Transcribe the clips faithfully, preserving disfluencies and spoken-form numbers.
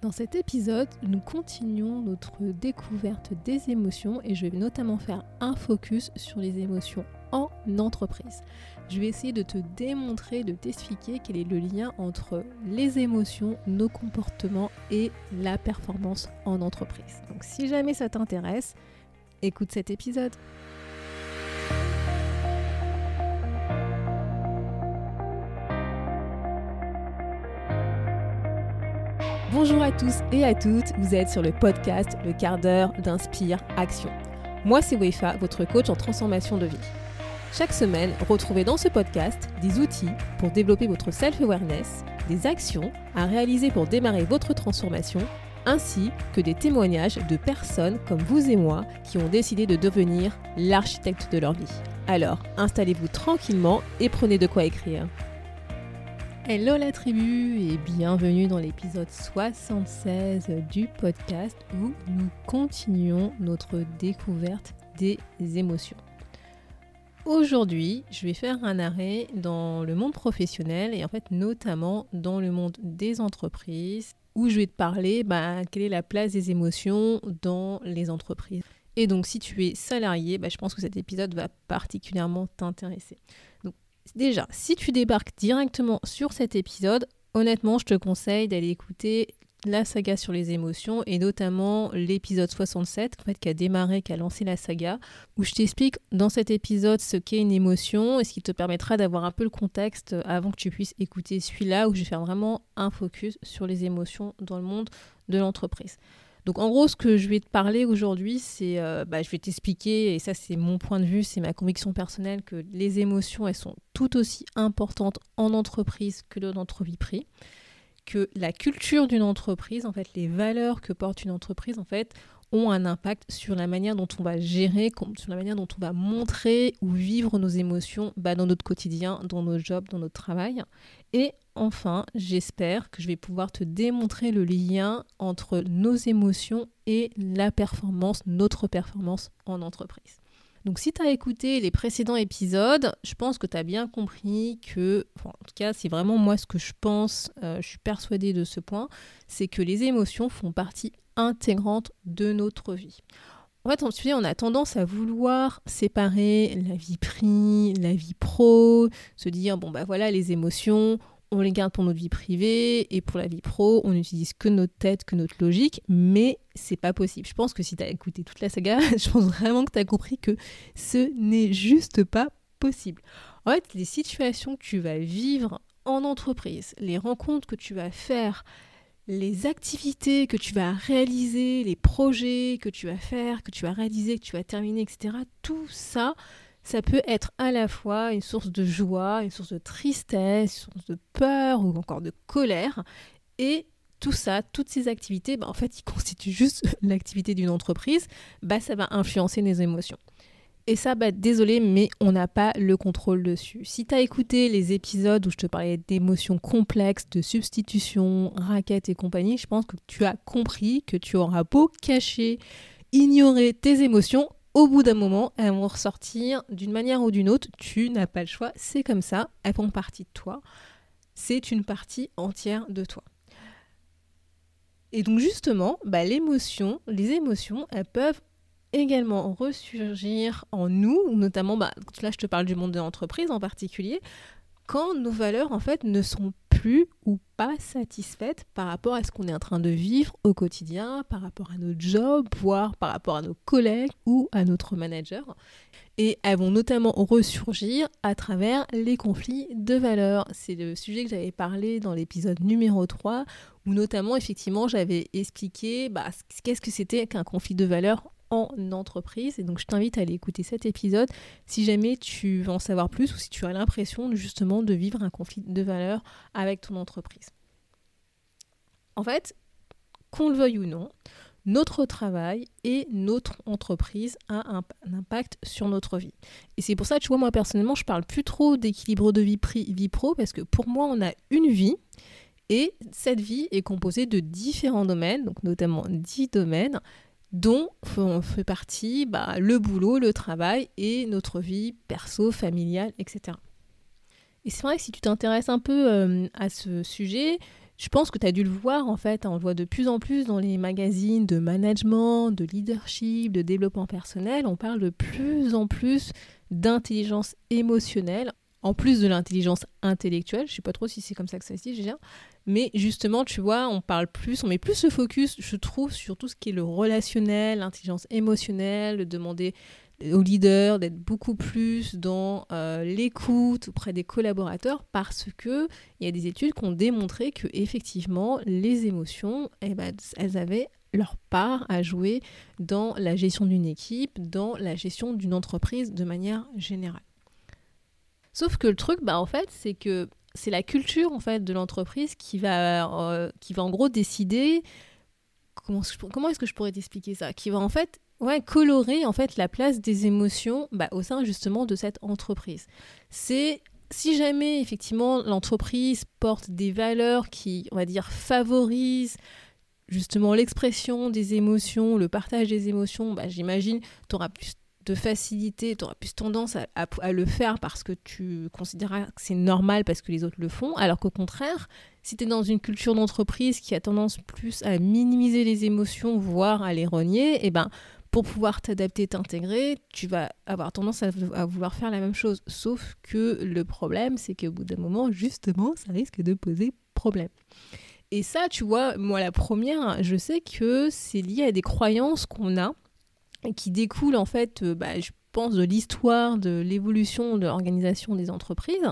Dans cet épisode, nous continuons notre découverte des émotions et je vais notamment faire un focus sur les émotions en entreprise. Je vais essayer de te démontrer, de t'expliquer quel est le lien entre les émotions, nos comportements et la performance en entreprise. Donc si jamais ça t'intéresse, écoute cet épisode. Bonjour à tous et à toutes, vous êtes sur le podcast Le quart d'heure d'Inspire Action. Moi c'est Wefa, votre coach en transformation de vie. Chaque semaine, retrouvez dans ce podcast des outils pour développer votre self-awareness, des actions à réaliser pour démarrer votre transformation, ainsi que des témoignages de personnes comme vous et moi qui ont décidé de devenir l'architecte de leur vie. Alors, installez-vous tranquillement et prenez de quoi écrire. Hello la tribu et bienvenue dans l'épisode soixante-seize du podcast où nous continuons notre découverte des émotions. Aujourd'hui, je vais faire un arrêt dans le monde professionnel et en fait notamment dans le monde des entreprises où je vais te parler bah, quelle est la place des émotions dans les entreprises. Et donc si tu es salarié, bah, je pense que cet épisode va particulièrement t'intéresser. Donc déjà, si tu débarques directement sur cet épisode, honnêtement, je te conseille d'aller écouter la saga sur les émotions et notamment l'épisode soixante-sept en fait, qui a démarré, qui a lancé la saga, où je t'explique dans cet épisode ce qu'est une émotion et ce qui te permettra d'avoir un peu le contexte avant que tu puisses écouter celui-là où je vais faire vraiment un focus sur les émotions dans le monde de l'entreprise. Donc en gros, ce que je vais te parler aujourd'hui, c'est, euh, bah, je vais t'expliquer, et ça c'est mon point de vue, c'est ma conviction personnelle, que les émotions, elles sont tout aussi importantes en entreprise que dans notre vie privée, que la culture d'une entreprise, en fait, les valeurs que porte une entreprise, en fait, ont un impact sur la manière dont on va gérer, sur la manière dont on va montrer ou vivre nos émotions bah, dans notre quotidien, dans nos jobs, dans notre travail. Et enfin, j'espère que je vais pouvoir te démontrer le lien entre nos émotions et la performance, notre performance en entreprise. Donc si tu as écouté les précédents épisodes, je pense que tu as bien compris que, enfin, en tout cas c'est vraiment moi ce que je pense, euh, je suis persuadée de ce point, c'est que les émotions font partie intégrante de notre vie. En fait, ensuite, on a tendance à vouloir séparer la vie privée, la vie pro, se dire, bon bah voilà, les émotions, on les garde pour notre vie privée et pour la vie pro, on n'utilise que notre tête, que notre logique, mais c'est pas possible. Je pense que si tu as écouté toute la saga, je pense vraiment que tu as compris que ce n'est juste pas possible. En fait, les situations que tu vas vivre en entreprise, les rencontres que tu vas faire, les activités que tu vas réaliser, les projets que tu vas faire, que tu vas réaliser, que tu vas terminer, et cetera, tout ça, ça peut être à la fois une source de joie, une source de tristesse, une source de peur ou encore de colère. Et tout ça, toutes ces activités, bah, en fait, ils constituent juste l'activité d'une entreprise. Bah, ça va influencer les émotions. Et ça, bah, désolé, mais on n'a pas le contrôle dessus. Si tu as écouté les épisodes où je te parlais d'émotions complexes, de substitution, raquettes et compagnie, je pense que tu as compris que tu auras beau cacher, ignorer tes émotions, au bout d'un moment, elles vont ressortir d'une manière ou d'une autre. Tu n'as pas le choix, c'est comme ça. Elles font partie de toi. C'est une partie entière de toi. Et donc justement, bah, l'émotion, les émotions, elles peuvent également ressurgir en nous, notamment, bah, là je te parle du monde de l'entreprise en particulier, quand nos valeurs en fait ne sont plus ou pas satisfaites par rapport à ce qu'on est en train de vivre au quotidien, par rapport à notre job, voire par rapport à nos collègues ou à notre manager. Et elles vont notamment ressurgir à travers les conflits de valeurs. C'est le sujet que j'avais parlé dans l'épisode numéro trois, où notamment effectivement j'avais expliqué bah, qu'est-ce que c'était qu'un conflit de valeurs en entreprise. Et donc je t'invite à aller écouter cet épisode si jamais tu veux en savoir plus ou si tu as l'impression justement de vivre un conflit de valeurs avec ton entreprise. En fait, qu'on le veuille ou non, notre travail et notre entreprise a un, un impact sur notre vie. Et c'est pour ça que tu vois, moi personnellement, je parle plus trop d'équilibre de vie pri, vie pro, parce que pour moi, on a une vie et cette vie est composée de différents domaines, donc notamment dix domaines, dont fait partie bah, le boulot, le travail et notre vie perso, familiale, et cetera. Et c'est vrai que si tu t'intéresses un peu euh, à ce sujet, Je pense que tu as dû le voir en fait, hein, on le voit de plus en plus dans les magazines de management, de leadership, de développement personnel, on parle de plus en plus d'intelligence émotionnelle, en plus de l'intelligence intellectuelle, je ne sais pas trop si c'est comme ça que ça se dit, déjà, mais justement, tu vois, on parle plus, on met plus le focus, je trouve, sur tout ce qui est le relationnel, l'intelligence émotionnelle, de demander aux leaders d'être beaucoup plus dans euh, l'écoute auprès des collaborateurs parce qu'il y a des études qui ont démontré que effectivement les émotions, eh ben, elles avaient leur part à jouer dans la gestion d'une équipe, dans la gestion d'une entreprise de manière générale. Sauf que le truc, bah, en fait, c'est que c'est la culture en fait, de l'entreprise qui va, euh, qui va en gros décider, comment, comment est-ce que je pourrais t'expliquer ça, qui va en fait Ouais, colorer en fait la place des émotions bah, au sein justement de cette entreprise. C'est si jamais effectivement l'entreprise porte des valeurs qui, on va dire, favorisent justement l'expression des émotions, le partage des émotions, bah, j'imagine tu auras plus de facilité, tu auras plus tendance à, à, à le faire parce que tu considéreras que c'est normal parce que les autres le font, alors qu'au contraire, si tu es dans une culture d'entreprise qui a tendance plus à minimiser les émotions, voire à les renier, eh ben pour pouvoir t'adapter, t'intégrer, tu vas avoir tendance à, à vouloir faire la même chose. Sauf que le problème, c'est qu'au bout d'un moment, justement, ça risque de poser problème. Et ça, tu vois, moi, la première, je sais que c'est lié à des croyances qu'on a et qui découlent, en fait, euh, bah, je pense, de l'histoire, de l'évolution de l'organisation des entreprises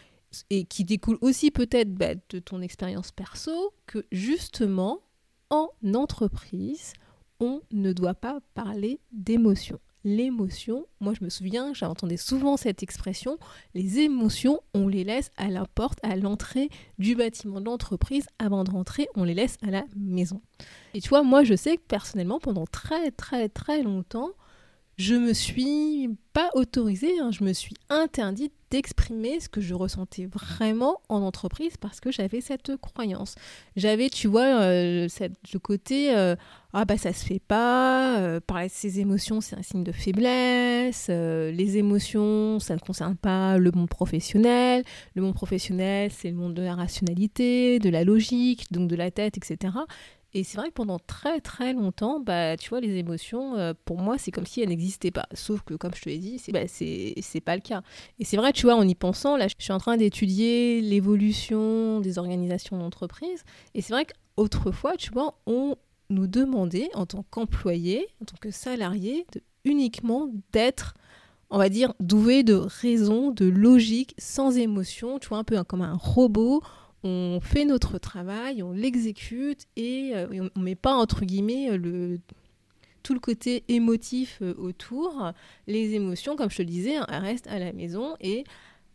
et qui découlent aussi peut-être bah, de ton expérience perso, que justement, en entreprise, on ne doit pas parler d'émotions. L'émotion, moi je me souviens, j'entendais souvent cette expression, les émotions, on les laisse à la porte, à l'entrée du bâtiment de l'entreprise. Avant de rentrer, on les laisse à la maison. Et tu vois, moi je sais que personnellement, pendant très très très longtemps, je me suis pas autorisée, hein, je me suis interdite d'exprimer ce que je ressentais vraiment en entreprise parce que j'avais cette croyance. J'avais, tu vois, euh, cette, le côté euh, « Ah bah ça se fait pas, euh, parler de ses émotions c'est un signe de faiblesse, euh, les émotions ça ne concerne pas le monde professionnel, le monde professionnel c'est le monde de la rationalité, de la logique, donc de la tête, et cetera » Et c'est vrai que pendant très très longtemps, bah, tu vois, les émotions, euh, pour moi, c'est comme si elles n'existaient pas. Sauf que, comme je te l'ai dit, c'est, bah, c'est, c'est pas le cas. Et c'est vrai, tu vois, en y pensant, là, je suis en train d'étudier l'évolution des organisations d'entreprise. Et c'est vrai qu'autrefois, tu vois, on nous demandait, en tant qu'employés, en tant que salariés, de, uniquement d'être, on va dire, doués de raison, de logique, sans émotion, tu vois, un peu hein, comme un robot. On fait notre travail, on l'exécute et euh, on ne met pas, entre guillemets, le, tout le côté émotif euh, autour. Les émotions, comme je te le disais, hein, elles restent à la maison. Et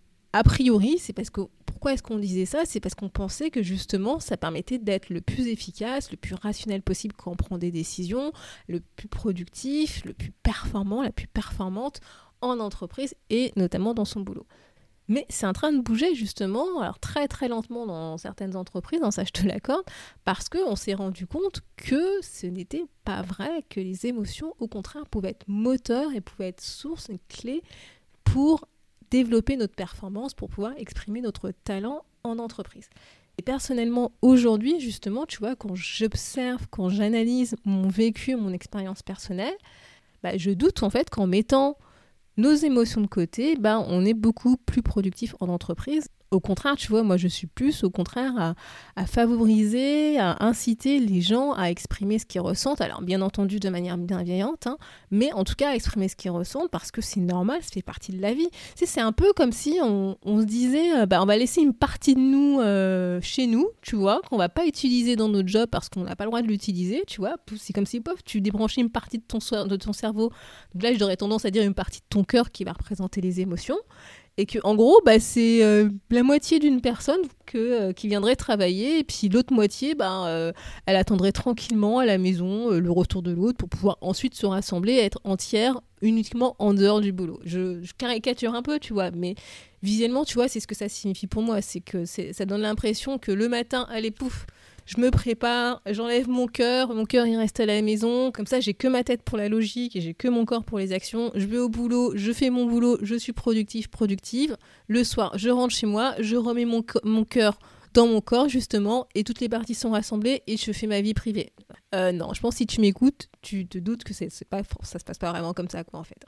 a priori, c'est parce que, pourquoi est-ce qu'on disait ça ? C'est parce qu'on pensait que justement, ça permettait d'être le plus efficace, le plus rationnel possible quand on prend des décisions, le plus productif, le plus performant, la plus performante en entreprise et notamment dans son boulot. Mais c'est en train de bouger justement, alors très très lentement dans certaines entreprises, hein, ça je te l'accorde, parce qu'on s'est rendu compte que ce n'était pas vrai, que les émotions au contraire pouvaient être moteurs et pouvaient être source, une clé pour développer notre performance, pour pouvoir exprimer notre talent en entreprise. Et personnellement aujourd'hui justement, tu vois, quand j'observe, quand j'analyse mon vécu, mon expérience personnelle, bah, je doute en fait qu'en mettant nos émotions de côté, bah, on est beaucoup plus productif en entreprise. Au contraire, tu vois, moi je suis plus au contraire à, à favoriser, à inciter les gens à exprimer ce qu'ils ressentent. Alors bien entendu de manière bienveillante, hein, mais en tout cas à exprimer ce qu'ils ressentent parce que c'est normal, ça fait partie de la vie. Tu sais, c'est un peu comme si on, on se disait, euh, bah, on va laisser une partie de nous euh, chez nous, tu vois, qu'on va pas utiliser dans notre job parce qu'on n'a pas le droit de l'utiliser, tu vois. C'est comme si, pof, tu débranchais une partie de ton, de ton cerveau. Donc là, j'aurais tendance à dire une partie de ton cœur qui va représenter les émotions. Et que en gros, bah, c'est euh, la moitié d'une personne que, euh, qui viendrait travailler, et puis l'autre moitié, bah, euh, elle attendrait tranquillement à la maison euh, le retour de l'autre pour pouvoir ensuite se rassembler et être entière uniquement en dehors du boulot. Je, je caricature un peu, tu vois, mais visuellement, tu vois, c'est ce que ça signifie pour moi. C'est que c'est, ça donne l'impression que le matin, allez, pouf, je me prépare, j'enlève mon cœur, mon cœur il reste à la maison, comme ça j'ai que ma tête pour la logique et j'ai que mon corps pour les actions, je vais au boulot, je fais mon boulot, je suis productif, productive, le soir je rentre chez moi, je remets mon, co- mon cœur dans mon corps justement et toutes les parties sont rassemblées et je fais ma vie privée. Euh, non, je pense que si tu m'écoutes, tu te doutes que c'est, c'est pas, ça se passe pas vraiment comme ça quoi en fait.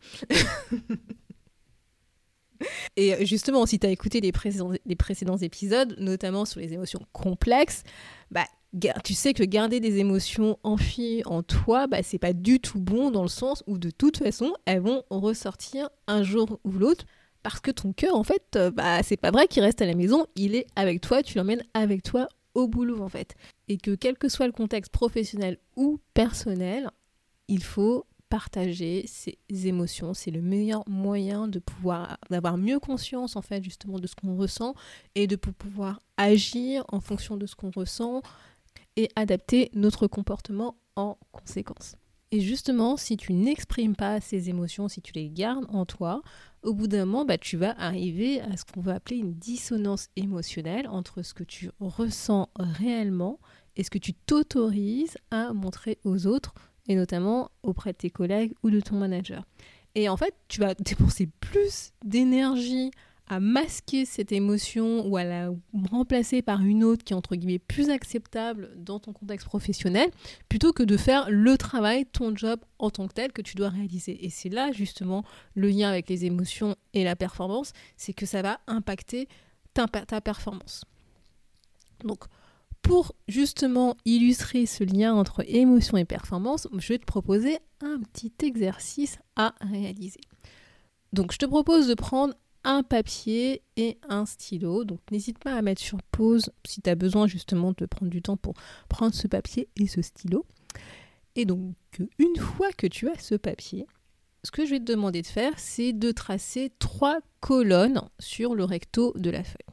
Et justement, si tu as écouté les précédents, les précédents épisodes, notamment sur les émotions complexes, bah, tu sais que garder des émotions enfuies en toi, bah, c'est pas du tout bon dans le sens où de toute façon, elles vont ressortir un jour ou l'autre parce que ton cœur, en fait, bah, c'est pas vrai qu'il reste à la maison, il est avec toi, tu l'emmènes avec toi au boulot en fait. Et que quel que soit le contexte professionnel ou personnel, il faut partager ses émotions, c'est le meilleur moyen de pouvoir d'avoir mieux conscience en fait justement de ce qu'on ressent et de pouvoir agir en fonction de ce qu'on ressent et adapter notre comportement en conséquence. Et justement, si tu n'exprimes pas ces émotions, si tu les gardes en toi, au bout d'un moment, bah, tu vas arriver à ce qu'on va appeler une dissonance émotionnelle entre ce que tu ressens réellement et ce que tu t'autorises à montrer aux autres, et notamment auprès de tes collègues ou de ton manager. Et en fait, tu vas dépenser plus d'énergie à masquer cette émotion ou à la remplacer par une autre qui est entre guillemets plus acceptable dans ton contexte professionnel, plutôt que de faire le travail, ton job en tant que tel que tu dois réaliser. Et c'est là justement le lien avec les émotions et la performance, c'est que ça va impacter ta, ta performance. Donc, pour justement illustrer ce lien entre émotion et performance, je vais te proposer un petit exercice à réaliser. Donc je te propose de prendre un papier et un stylo. Donc n'hésite pas à mettre sur pause si tu as besoin justement de prendre du temps pour prendre ce papier et ce stylo. Et donc une fois que tu as ce papier, ce que je vais te demander de faire, c'est de tracer trois colonnes sur le recto de la feuille.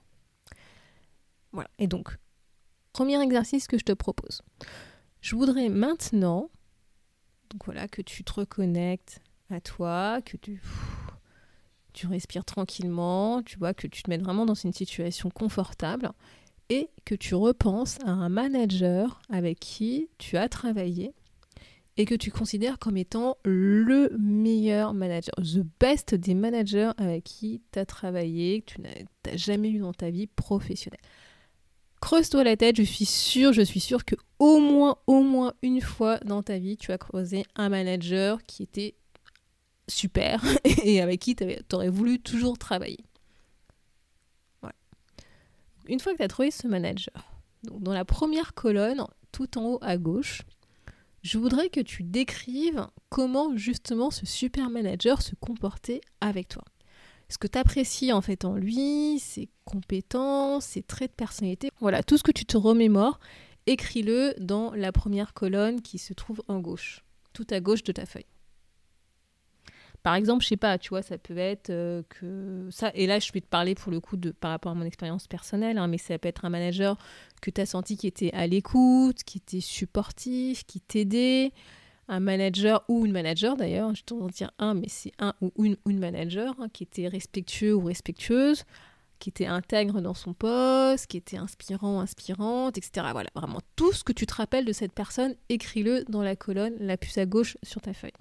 Voilà, et donc premier exercice que je te propose. Je voudrais maintenant, donc voilà, que tu te reconnectes à toi, que tu, tu respires tranquillement, tu vois, que tu te mettes vraiment dans une situation confortable et que tu repenses à un manager avec qui tu as travaillé et que tu considères comme étant le meilleur manager, the best des managers avec qui tu as travaillé, que tu n'as jamais eu dans ta vie professionnelle. Creuse-toi la tête, je suis sûre, je suis sûre que au moins, au moins une fois dans ta vie, tu as croisé un manager qui était super et avec qui tu aurais voulu toujours travailler. Voilà. Une fois que tu as trouvé ce manager, donc dans la première colonne, tout en haut à gauche, je voudrais que tu décrives comment justement ce super manager se comportait avec toi. Ce que tu apprécies en fait en lui, ses compétences, ses traits de personnalité. Voilà, tout ce que tu te remémores, écris-le dans la première colonne qui se trouve en gauche, tout à gauche de ta feuille. Par exemple, je sais pas, tu vois, ça peut être euh, que ça, et là je vais te parler pour le coup de par rapport à mon expérience personnelle, hein, mais ça peut être un manager que tu as senti qui était à l'écoute, qui était supportif, qui t'aidait. Un manager ou une manager d'ailleurs, je t'en dire un, mais c'est un ou une, une manager hein, qui était respectueux ou respectueuse, qui était intègre dans son poste, qui était inspirant, inspirante, et cetera. Voilà, vraiment tout ce que tu te rappelles de cette personne, écris-le dans la colonne la plus à gauche sur ta feuille.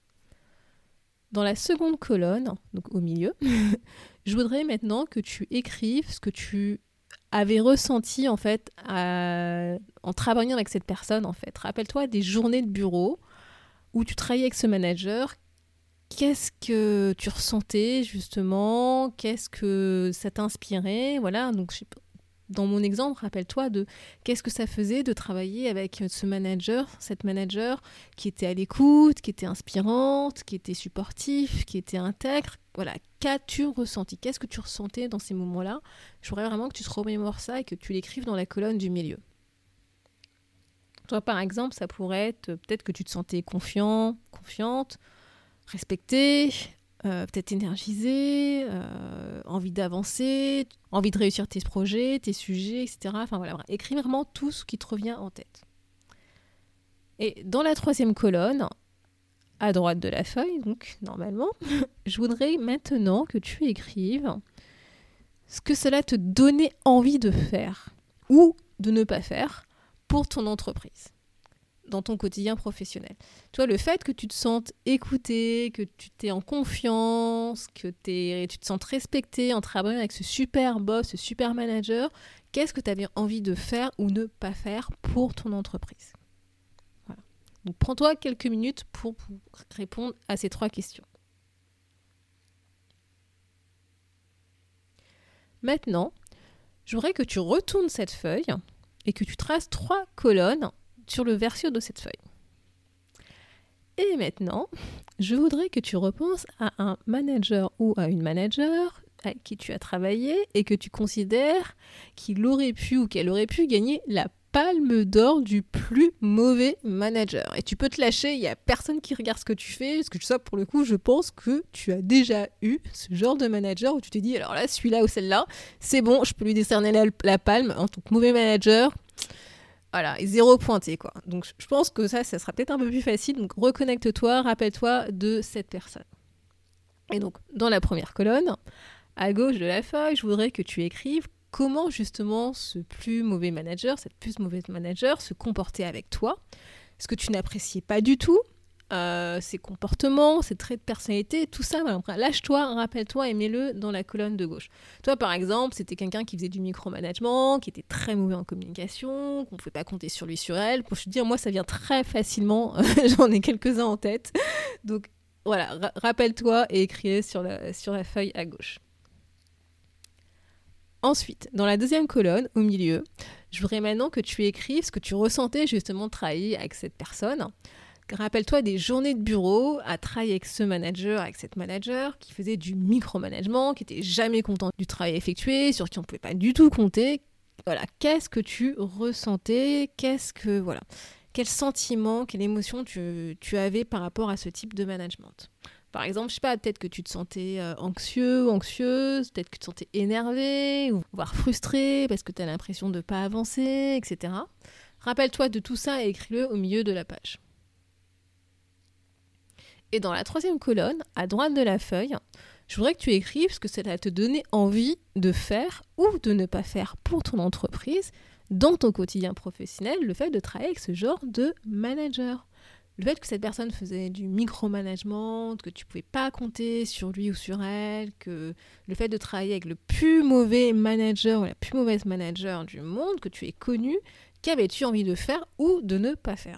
Dans la seconde colonne, donc au milieu, je voudrais maintenant que tu écrives ce que tu avais ressenti en fait à... en travaillant avec cette personne en fait. Rappelle-toi des journées de bureau où tu travaillais avec ce manager, qu'est-ce que tu ressentais justement, qu'est-ce que ça t'inspirait, voilà, donc je sais pas, dans mon exemple, rappelle-toi de qu'est-ce que ça faisait de travailler avec ce manager, cette manager qui était à l'écoute, qui était inspirante, qui était supportif, qui était intègre, voilà, qu'as-tu ressenti, qu'est-ce que tu ressentais dans ces moments-là? Je voudrais vraiment que tu te remémores ça et que tu l'écrives dans la colonne du milieu. Toi, par exemple, ça pourrait être peut-être que tu te sentais confiant, confiante, respecté, euh, peut-être énergisé, euh, envie d'avancer, envie de réussir tes projets, tes sujets, et cetera. Enfin voilà, écris vraiment tout ce qui te revient en tête. Et dans la troisième colonne, à droite de la feuille, donc normalement, je voudrais maintenant que tu écrives ce que cela te donnait envie de faire ou de ne pas faire pour ton entreprise, dans ton quotidien professionnel. Tu vois, le fait que tu te sentes écouté, que tu t'es en confiance, que t'es, tu te sentes respecté en travaillant avec ce super boss, ce super manager, qu'est-ce que tu avais envie de faire ou ne pas faire pour ton entreprise. Voilà. Donc prends-toi quelques minutes pour, pour répondre à ces trois questions. Maintenant, je voudrais que tu retournes cette feuille et que tu traces trois colonnes sur le verso de cette feuille. Et maintenant, je voudrais que tu repenses à un manager ou à une manager avec qui tu as travaillé et que tu considères qu'il aurait pu ou qu'elle aurait pu gagner la palme d'or du plus mauvais manager. Et tu peux te lâcher, il n'y a personne qui regarde ce que tu fais, parce que ça, pour le coup, je pense que tu as déjà eu ce genre de manager où tu t'es dit, alors là, celui-là ou celle-là, c'est bon, je peux lui décerner la, la palme en tant que mauvais manager. Voilà, et zéro pointé, quoi. Donc, je pense que ça, ça sera peut-être un peu plus facile. Donc, reconnecte-toi, rappelle-toi de cette personne. Et donc, dans la première colonne, à gauche de la feuille, je voudrais que tu écrives comment, justement, ce plus mauvais manager, cette plus mauvaise manager, se comportait avec toi. Ce que tu n'appréciais pas du tout, euh, ses comportements, ses traits de personnalité, tout ça, voilà. Lâche-toi, rappelle-toi et mets-le dans la colonne de gauche. Toi, par exemple, c'était quelqu'un qui faisait du micromanagement, qui était très mauvais en communication, qu'on ne pouvait pas compter sur lui, sur elle. Pour te dire, moi, ça vient très facilement, j'en ai quelques-uns en tête. Donc, voilà, ra- rappelle-toi et écris sur la, sur la feuille à gauche. Ensuite, dans la deuxième colonne, au milieu, je voudrais maintenant que tu écrives ce que tu ressentais justement de travailler avec cette personne. Rappelle-toi des journées de bureau à travailler avec ce manager, avec cette manager qui faisait du micromanagement, qui n'était jamais content du travail effectué, sur qui on ne pouvait pas du tout compter. Voilà, qu'est-ce que tu ressentais, qu'est-ce que, voilà, quel sentiment, quelle émotion tu, tu avais par rapport à ce type de management. Par exemple, je sais pas, peut-être que tu te sentais euh, anxieux ou anxieuse, peut-être que tu te sentais énervé, ou voire frustré parce que tu as l'impression de ne pas avancer, et cetera. Rappelle-toi de tout ça et écris-le au milieu de la page. Et dans la troisième colonne, à droite de la feuille, je voudrais que tu écrives ce que ça va te donner envie de faire ou de ne pas faire pour ton entreprise, dans ton quotidien professionnel, le fait de travailler avec ce genre de manager. Le fait que cette personne faisait du micromanagement, que tu ne pouvais pas compter sur lui ou sur elle, que le fait de travailler avec le plus mauvais manager ou la plus mauvaise manager du monde que tu aies connu, qu'avais-tu envie de faire ou de ne pas faire ?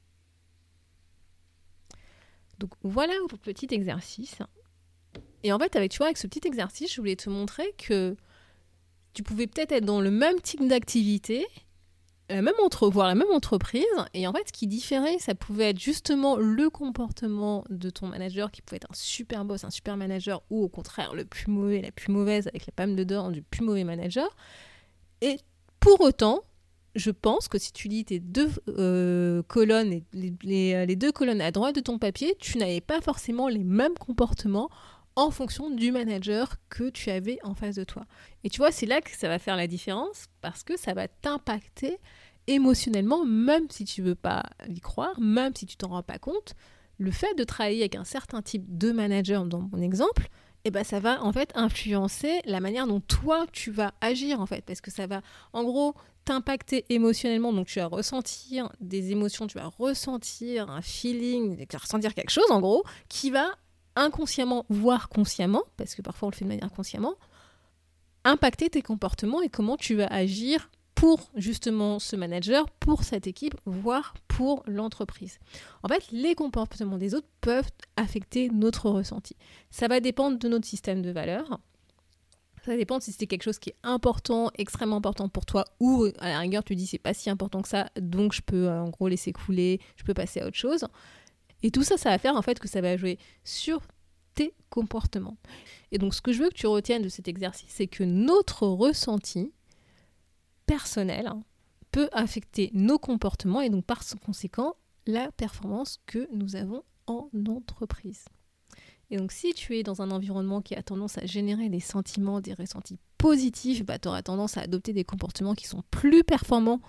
Donc voilà pour le petit exercice. Et en fait, avec, tu vois, avec ce petit exercice, je voulais te montrer que tu pouvais peut-être être dans le même type d'activité, la même entre, voire la même entreprise, et en fait, ce qui différait, ça pouvait être justement le comportement de ton manager, qui pouvait être un super boss, un super manager, ou au contraire, le plus mauvais, la plus mauvaise, avec la palme d'or du plus mauvais manager. Et pour autant, je pense que si tu lis tes deux euh, colonnes, les, les, les deux colonnes à droite de ton papier, tu n'avais pas forcément les mêmes comportements en fonction du manager que tu avais en face de toi. Et tu vois, c'est là que ça va faire la différence, parce que ça va t'impacter émotionnellement, même si tu ne veux pas y croire, même si tu t'en rends pas compte. Le fait de travailler avec un certain type de manager, dans mon exemple, eh ben, ça va en fait influencer la manière dont toi tu vas agir en fait, parce que ça va en gros t'impacter émotionnellement, donc tu vas ressentir des émotions, tu vas ressentir un feeling, tu vas ressentir quelque chose en gros qui va inconsciemment, voire consciemment, parce que parfois on le fait de manière consciemment, impacter tes comportements et comment tu vas agir pour justement ce manager, pour cette équipe, voire pour l'entreprise. En fait, les comportements des autres peuvent affecter notre ressenti. Ça va dépendre de notre système de valeurs. Ça dépend si c'est quelque chose qui est important, extrêmement important pour toi, ou à la rigueur, tu dis c'est pas si important que ça, donc je peux en gros laisser couler, je peux passer à autre chose. Et tout ça, ça va faire en fait que ça va jouer sur tes comportements. Et donc, ce que je veux que tu retiennes de cet exercice, c'est que notre ressenti personnel hein, peut affecter nos comportements et donc par conséquent, la performance que nous avons en entreprise. Et donc, si tu es dans un environnement qui a tendance à générer des sentiments, des ressentis positifs, bah, tu auras tendance à adopter des comportements qui sont plus performants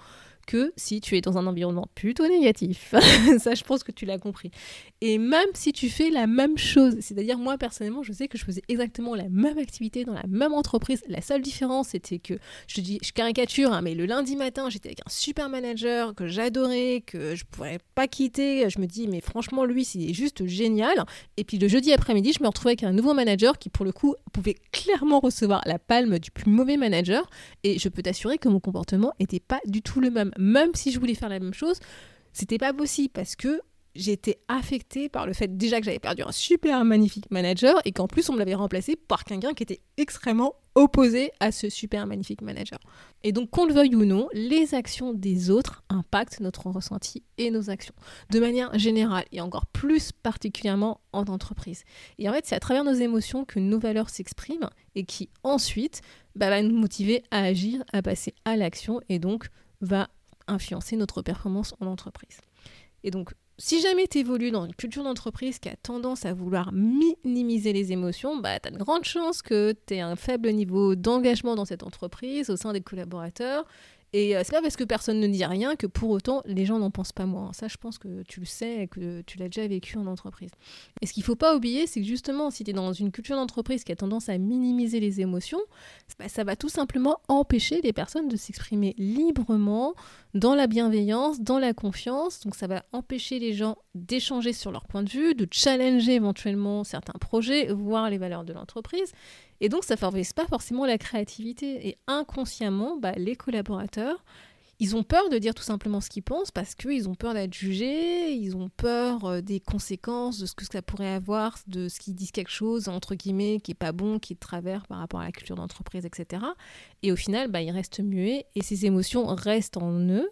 que si tu es dans un environnement plutôt négatif. Ça, je pense que tu l'as compris. Et même si tu fais la même chose, c'est-à-dire moi, personnellement, je sais que je faisais exactement la même activité dans la même entreprise. La seule différence, c'était que, je te dis, je caricature, hein, mais le lundi matin, j'étais avec un super manager que j'adorais, que je ne pourrais pas quitter. Je me dis, mais franchement, lui, c'est juste génial. Et puis le jeudi après-midi, je me retrouvais avec un nouveau manager qui, pour le coup, pouvait clairement recevoir la palme du plus mauvais manager. Et je peux t'assurer que mon comportement n'était pas du tout le même. Même si je voulais faire la même chose, c'était pas possible parce que j'étais affectée par le fait déjà que j'avais perdu un super magnifique manager et qu'en plus on me l'avait remplacé par quelqu'un qui était extrêmement opposé à ce super magnifique manager. Et donc qu'on le veuille ou non, les actions des autres impactent notre ressenti et nos actions de manière générale et encore plus particulièrement en entreprise. Et en fait, c'est à travers nos émotions que nos valeurs s'expriment et qui ensuite bah, va nous motiver à agir, à passer à l'action et donc va influencer notre performance en entreprise. Et donc, si jamais tu évolues dans une culture d'entreprise qui a tendance à vouloir minimiser les émotions, bah, tu as de grandes chances que tu aies un faible niveau d'engagement dans cette entreprise, au sein des collaborateurs. Et euh, c'est pas parce que personne ne dit rien que pour autant les gens n'en pensent pas moins. Ça, je pense que tu le sais et que tu l'as déjà vécu en entreprise. Et ce qu'il faut pas oublier, c'est que justement, si tu es dans une culture d'entreprise qui a tendance à minimiser les émotions, bah, ça va tout simplement empêcher les personnes de s'exprimer librement dans la bienveillance, dans la confiance. Donc ça va empêcher les gens d'échanger sur leur point de vue, de challenger éventuellement certains projets, voire les valeurs de l'entreprise. Et donc, ça ne favorise pas forcément la créativité. Et inconsciemment, bah, les collaborateurs, ils ont peur de dire tout simplement ce qu'ils pensent parce qu'ils ont peur d'être jugés, ils ont peur euh, des conséquences de ce que ça pourrait avoir, de ce qu'ils disent quelque chose, entre guillemets, qui n'est pas bon, qui est de travers par rapport à la culture d'entreprise, et cetera. Et au final, bah, ils restent muets et ces émotions restent en eux.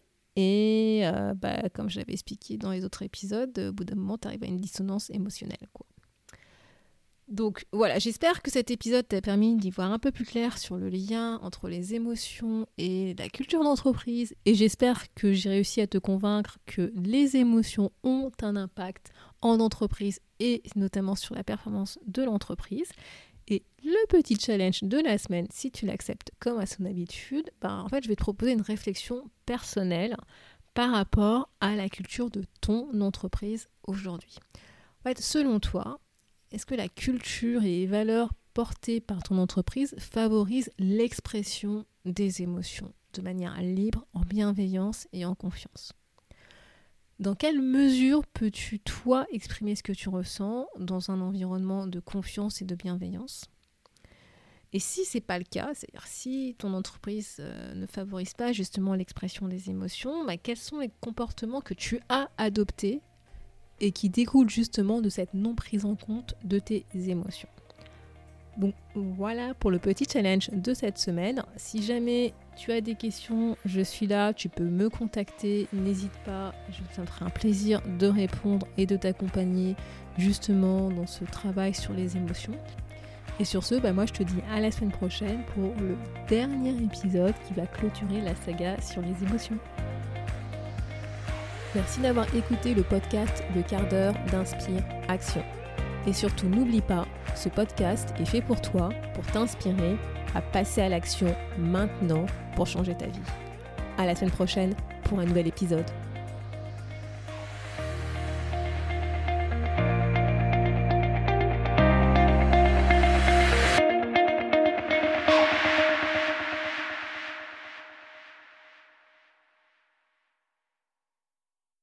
Et euh, bah, comme je l'avais expliqué dans les autres épisodes, au bout d'un moment, tu arrives à une dissonance émotionnelle, quoi. Donc voilà, j'espère que cet épisode t'a permis d'y voir un peu plus clair sur le lien entre les émotions et la culture d'entreprise et j'espère que j'ai réussi à te convaincre que les émotions ont un impact en entreprise et notamment sur la performance de l'entreprise. Et le petit challenge de la semaine, si tu l'acceptes comme à son habitude, ben en fait je vais te proposer une réflexion personnelle par rapport à la culture de ton entreprise aujourd'hui. En fait, selon toi, est-ce que la culture et les valeurs portées par ton entreprise favorisent l'expression des émotions de manière libre, en bienveillance et en confiance ? Dans quelle mesure peux-tu, toi, exprimer ce que tu ressens dans un environnement de confiance et de bienveillance ? Et si ce n'est pas le cas, c'est-à-dire si ton entreprise euh, ne favorise pas justement l'expression des émotions, bah, quels sont les comportements que tu as adoptés et qui découle justement de cette non prise en compte de tes émotions. Donc voilà pour le petit challenge de cette semaine. Si jamais tu as des questions, je suis là, tu peux me contacter, n'hésite pas, je me ferai un plaisir de répondre et de t'accompagner justement dans ce travail sur les émotions. Et sur ce, bah moi je te dis à la semaine prochaine pour le dernier épisode qui va clôturer la saga sur les émotions. Merci d'avoir écouté le podcast Le quart d'heure d'Inspire Action. Et surtout, n'oublie pas, ce podcast est fait pour toi, pour t'inspirer à passer à l'action maintenant pour changer ta vie. À la semaine prochaine pour un nouvel épisode.